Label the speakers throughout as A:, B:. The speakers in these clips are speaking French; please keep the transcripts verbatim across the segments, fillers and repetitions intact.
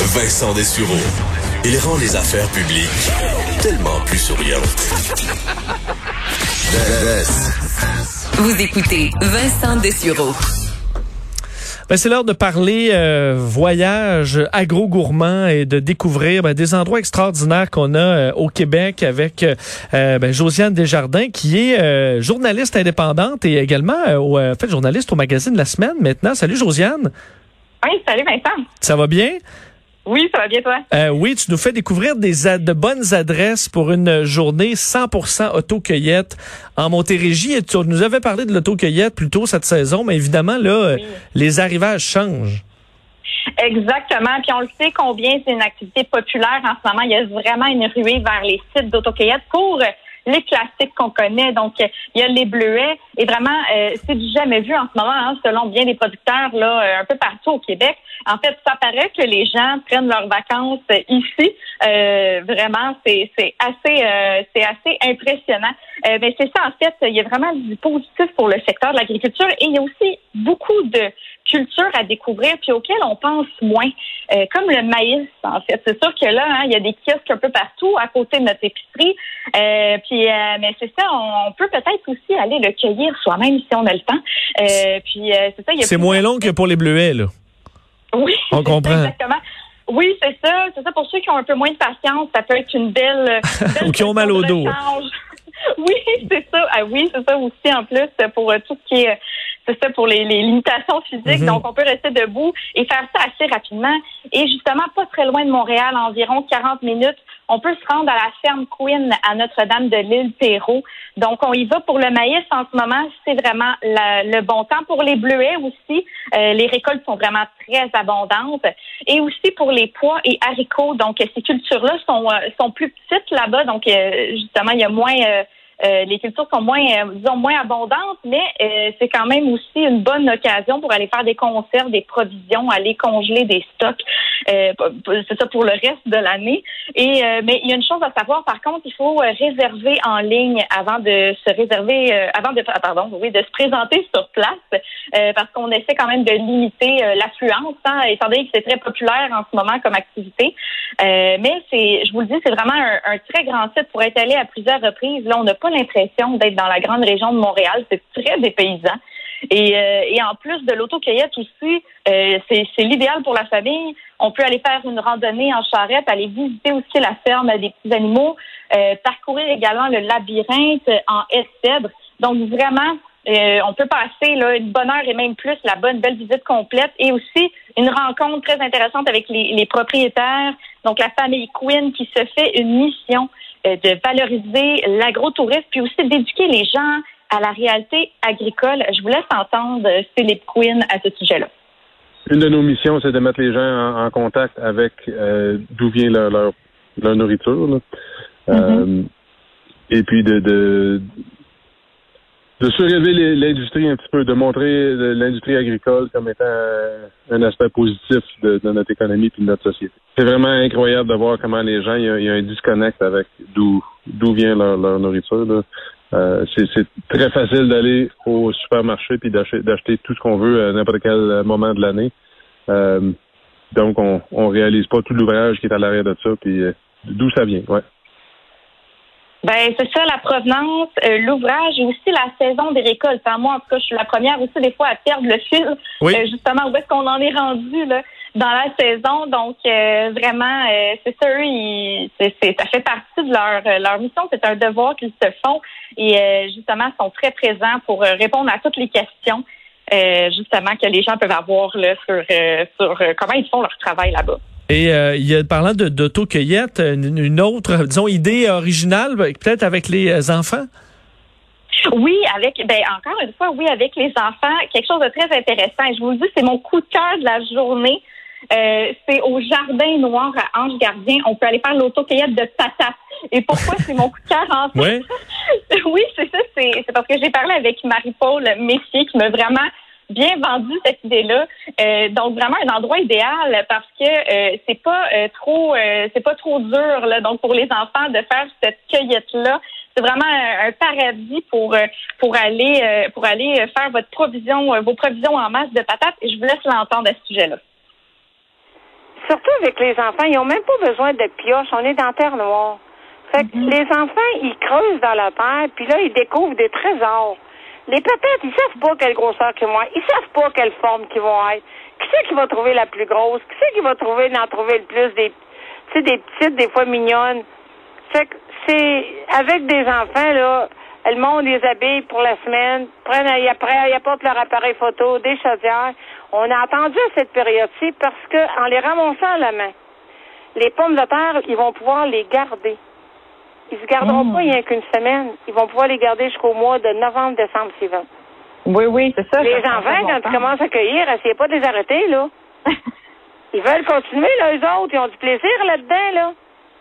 A: Vincent Dessureau. Il rend les affaires publiques tellement plus souriantes.
B: Vous écoutez Vincent Dessureau.
C: Ben, c'est l'heure de parler euh, voyage agro-gourmand et de découvrir ben, des endroits extraordinaires qu'on a euh, au Québec avec euh, ben, Josiane Desjardins, qui est euh, journaliste indépendante et également euh, au, euh, fait, journaliste au magazine La Semaine maintenant. Salut Josiane.
D: Oui, salut Vincent.
C: Ça va bien?
D: Oui, ça va bien toi?
C: Euh, oui, tu nous fais découvrir des ad- de bonnes adresses pour une journée cent pour cent auto-cueillette en Montérégie. Et tu nous avais parlé de l'auto-cueillette plus tôt cette saison, mais évidemment, là, oui. Les arrivages changent.
D: Exactement. Puis on le sait combien c'est une activité populaire en ce moment. Il y a vraiment une ruée vers les sites d'auto-cueillette pour les classiques qu'on connaît. Donc, il y a les bleuets. Et vraiment, euh, c'est du jamais vu en ce moment, hein, selon bien des producteurs là, un peu partout au Québec. En fait, ça paraît que les gens prennent leurs vacances ici. Euh, vraiment, c'est, c'est assez, euh, c'est assez impressionnant. Euh, mais c'est ça, en fait, il y a vraiment du positif pour le secteur de l'agriculture et il y a aussi beaucoup de cultures à découvrir puis auxquelles on pense moins, euh, comme le maïs, en fait. C'est sûr que là, hein, il y a des kiosques un peu partout à côté de notre épicerie. Euh, puis, euh, mais c'est ça, on, on peut peut-être aussi aller le cueillir soi-même si on a le temps. Euh, puis, euh, c'est ça. Il y a
C: c'est moins long que pour les bleuets, là.
D: Oui,
C: on comprend.
D: Ça, exactement. Oui, c'est ça. C'est ça. Pour ceux qui ont un peu moins de patience, ça peut être une belle... belle
C: ou qui ont mal au dos.
D: Oui, c'est ça. Ah oui, c'est ça aussi en plus pour tout ce qui est... C'est ça pour les, les limitations physiques. Mm-hmm. Donc, on peut rester debout et faire ça assez rapidement. Et justement, pas très loin de Montréal, environ quarante minutes, on peut se rendre à la ferme Queen à Notre-Dame de l'Île-Perrot. Donc, on y va pour le maïs en ce moment. C'est vraiment la, le bon temps. Pour les bleuets aussi, euh, les récoltes sont vraiment très abondantes. Et aussi pour les pois et haricots. Donc, ces cultures-là sont, euh, sont plus petites là-bas. Donc, euh, justement, il y a moins... Euh, Euh, les cultures sont moins, euh, disons, moins abondantes, mais euh, c'est quand même aussi une bonne occasion pour aller faire des conserves, des provisions, aller congeler des stocks. Euh, c'est ça pour le reste de l'année. Et euh, mais il y a une chose à savoir, par contre, il faut réserver en ligne avant de se réserver, euh, avant de, pardon, oui, de se présenter sur place, euh, parce qu'on essaie quand même de limiter euh, l'affluence, hein, étant donné que c'est très populaire en ce moment comme activité. Euh, mais c'est, je vous le dis, c'est vraiment un, un très grand site pour être allé à plusieurs reprises. Là, on n'a pas l'impression d'être dans la grande région de Montréal. C'est très dépaysant. Et, euh, et en plus de l'auto-cueillette aussi, euh, c'est, c'est l'idéal pour la famille. On peut aller faire une randonnée en charrette, aller visiter aussi la ferme des petits animaux, euh, parcourir également le labyrinthe en haie de cèdre. Donc vraiment, euh, on peut passer là, une bonne heure et même plus, la bonne belle visite complète et aussi une rencontre très intéressante avec les, les propriétaires. Donc la famille Queen qui se fait une mission de valoriser l'agrotourisme, puis aussi d'éduquer les gens à la réalité agricole. Je vous laisse entendre Philippe Queen à ce sujet-là.
E: Une de nos missions, c'est de mettre les gens en, en contact avec euh, d'où vient leur, leur, leur nourriture. Là. Mm-hmm. Euh, et puis de, de, de surélever l'industrie un petit peu, de montrer l'industrie agricole comme étant un aspect positif de, de notre économie et de notre société. C'est vraiment incroyable de voir comment les gens, il y a, il y a un disconnect avec d'où d'où vient leur, leur nourriture. Là. Euh, c'est, c'est très facile d'aller au supermarché puis d'acheter, d'acheter tout ce qu'on veut à n'importe quel moment de l'année. Euh, donc, on on réalise pas tout l'ouvrage qui est à l'arrière de ça, puis euh, d'où ça vient, ouais.
D: Ben c'est ça, la provenance, euh, l'ouvrage et aussi la saison des récoltes. Hein, moi, en tout cas, je suis la première aussi des fois à perdre le fil,
C: oui.
D: euh, justement, où est-ce qu'on en est rendu là dans la saison. Donc, euh, vraiment, euh, c'est ça, eux, ils, c'est, c'est, ça fait partie de leur leur mission. C'est un devoir qu'ils se font et euh, justement, sont très présents pour euh, répondre à toutes les questions, euh, justement, que les gens peuvent avoir là sur euh, sur euh, comment ils font leur travail là-bas.
C: Et euh, il y a, parlant de, d'auto-cueillette, une, une autre, disons, idée originale, peut-être avec les enfants?
D: Oui, avec, ben encore une fois, oui, avec les enfants, quelque chose de très intéressant. Et je vous le dis, c'est mon coup de cœur de la journée. Euh, c'est au Jardin Noir à Ange-Gardien. On peut aller faire l'auto-cueillette de patates. Et pourquoi c'est mon coup de cœur en fait?
C: Ouais.
D: Oui, c'est ça. C'est, c'est parce que j'ai parlé avec Marie-Paul Messier qui m'a vraiment bien vendu cette idée-là. Euh, donc vraiment un endroit idéal parce que euh, c'est pas euh, trop euh, c'est pas trop dur là. Donc pour les enfants de faire cette cueillette-là, c'est vraiment un, un paradis pour euh, pour aller euh, pour aller faire votre provision euh, vos provisions en masse de patates. Et je vous laisse l'entendre à ce sujet-là.
F: surtout avec les enfants, ils ont même pas besoin de pioche. On est dans terre noire. Fait que mm-hmm. les enfants, ils creusent dans la terre, puis là, ils découvrent des trésors. Les patates, ils savent pas quelle grosseur qu'ils vont être. Ils savent pas quelle forme qu'ils vont être. Qui c'est qui va trouver la plus grosse? Qui c'est qui va trouver d'en trouver le plus des, tu sais, des petites, des fois mignonnes? Fait que c'est, avec des enfants, là, le monde les habille pour la semaine, prennent, après, ils apportent leur appareil photo, des chaudières. On a attendu à cette période-ci parce que, en les ramassant à la main, les pommes de terre, ils vont pouvoir les garder. Ils se garderont mmh. pas rien qu'une semaine. Ils vont pouvoir les garder jusqu'au mois de novembre, décembre suivant.
D: Oui, oui, c'est ça.
F: Les enfants, quand ils commencent à cueillir, essayez pas de les arrêter, là. Ils veulent continuer, là, eux autres. Ils ont du plaisir là-dedans, là.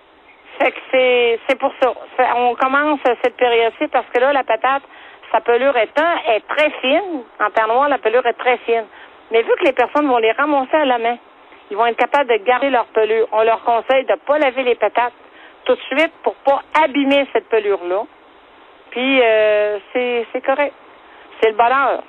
F: Fait que c'est, c'est pour ça. Fait, on commence cette période-ci parce que là, la patate, sa pelure étant, est très fine. En terre noire, la pelure est très fine. Mais vu que les personnes vont les ramasser à la main, ils vont être capables de garder leur pelure. On leur conseille de pas laver les patates tout de suite pour pas abîmer cette pelure-là. Puis, euh, c'est, c'est correct. C'est le bonheur.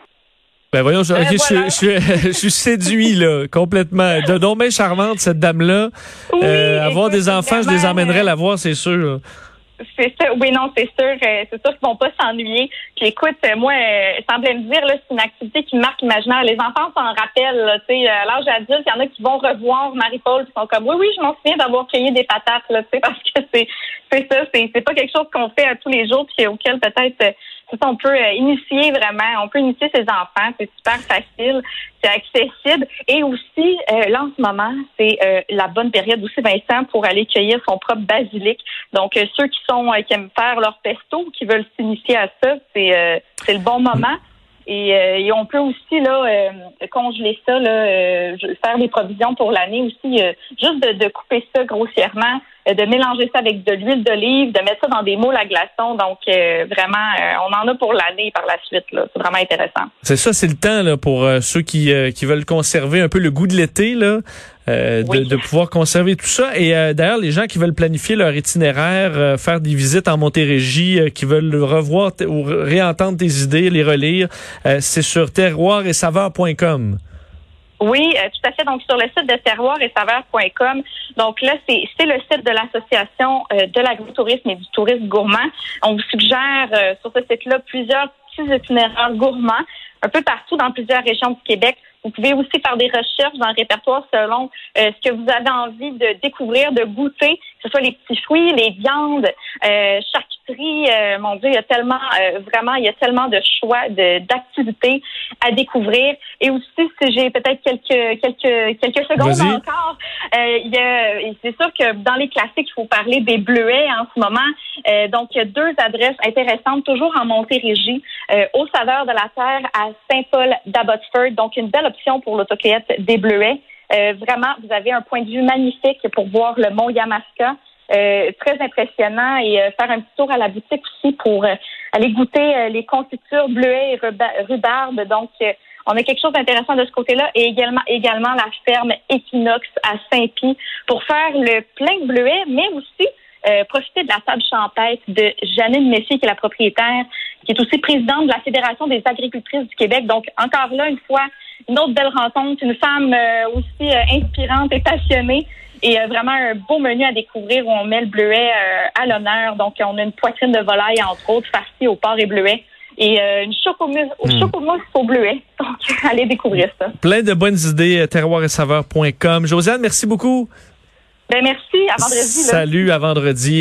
C: Ben voyons, je,
F: ben
C: okay,
F: voilà.
C: je, je, je suis séduit, là, complètement. De donc bien charmante, cette dame-là.
D: Oui,
C: euh, avoir
D: écoute,
C: des enfants, je les emmènerais euh... la voir, c'est sûr.
D: C'est sûr, oui, non, c'est sûr, euh, c'est sûr qu'ils vont pas s'ennuyer. Puis écoute, euh, moi, euh, semblait me dire, là, c'est une activité qui marque l'imaginaire. Les enfants s'en rappellent, tu sais, à l'âge adulte, il y en a qui vont revoir Marie-Paul, qui sont comme, oui, oui, je m'en souviens d'avoir cueilli des patates, là, tu sais, parce que c'est, c'est ça, c'est, c'est pas quelque chose qu'on fait à tous les jours, puis auquel peut-être, euh, c'est ça, on peut euh, initier vraiment, on peut initier ses enfants, c'est super facile, c'est accessible, et aussi, euh, là, en ce moment, c'est euh, la bonne période aussi, Vincent, pour aller cueillir son propre basilic. Donc, euh, ceux qui sont euh, qui aiment faire leur pesto, qui veulent s'initier à ça, c'est euh, c'est le bon moment. Et, euh, et on peut aussi là euh, congeler ça, là, euh, faire des provisions pour l'année aussi, euh, juste de, de couper ça grossièrement, euh, de mélanger ça avec de l'huile d'olive, de mettre ça dans des moules à glaçons. Donc euh, vraiment, euh, on en a pour l'année par la suite. Là, c'est vraiment intéressant.
C: C'est ça, c'est le temps là pour euh, ceux qui euh, qui veulent conserver un peu le goût de l'été là. Euh, de, oui. de pouvoir conserver tout ça. Et euh, d'ailleurs, les gens qui veulent planifier leur itinéraire, euh, faire des visites en Montérégie, euh, qui veulent revoir t- ou réentendre tes idées, les relire, euh, c'est sur terroir et saveur point com.
D: Oui, euh, tout à fait. Donc, sur le site de terroir et saveur point com. Donc là, c'est, c'est le site de l'Association euh, de l'agrotourisme et du tourisme gourmand. On vous suggère euh, sur ce site-là plusieurs petits itinéraires gourmands, un peu partout dans plusieurs régions du Québec. Vous pouvez aussi faire des recherches dans le répertoire selon euh, ce que vous avez envie de découvrir, de goûter, que ce soit les petits fruits, les viandes, euh, charcuterie. Euh, mon Dieu, il y a tellement, euh, vraiment, il y a tellement de choix, de d'activités à découvrir. Et aussi, si j'ai peut-être quelques quelques quelques secondes
C: Vas-y.
D: encore, euh, il y a, c'est sûr que dans les classiques, il faut parler des bleuets en ce moment. Euh, donc, il y a deux adresses intéressantes, toujours en Montérégie, euh, aux saveurs de la terre à Saint-Paul d'Abbotsford. Donc, une belle option pour l'autocueillette des bleuets. Euh, vraiment, vous avez un point de vue magnifique pour voir le mont Yamaska. Euh, très impressionnant et euh, faire un petit tour à la boutique aussi pour euh, aller goûter euh, les confitures bleuets et ruba- rhubarbe. Donc, euh, on a quelque chose d'intéressant de ce côté-là et également également la ferme Equinox à Saint-Pie pour faire le plein de bleuets, mais aussi euh, profiter de la table champêtre de Janine Messier, qui est la propriétaire, qui est aussi présidente de la Fédération des agricultrices du Québec. Donc, encore là, une fois, une autre belle rencontre, une femme euh, aussi euh, inspirante et passionnée. Et euh, vraiment un beau menu à découvrir où on met le bleuet euh, à l'honneur. Donc, on a une poitrine de volaille, entre autres, farcie au porc et bleuet. Et euh, une chocomousse au mmh. chocomousse au bleuet. Donc, allez découvrir ça.
C: Plein de bonnes idées, terroir et saveur point com. Josiane, merci beaucoup.
D: Ben merci. À vendredi.
C: Salut,
D: là.
C: à vendredi.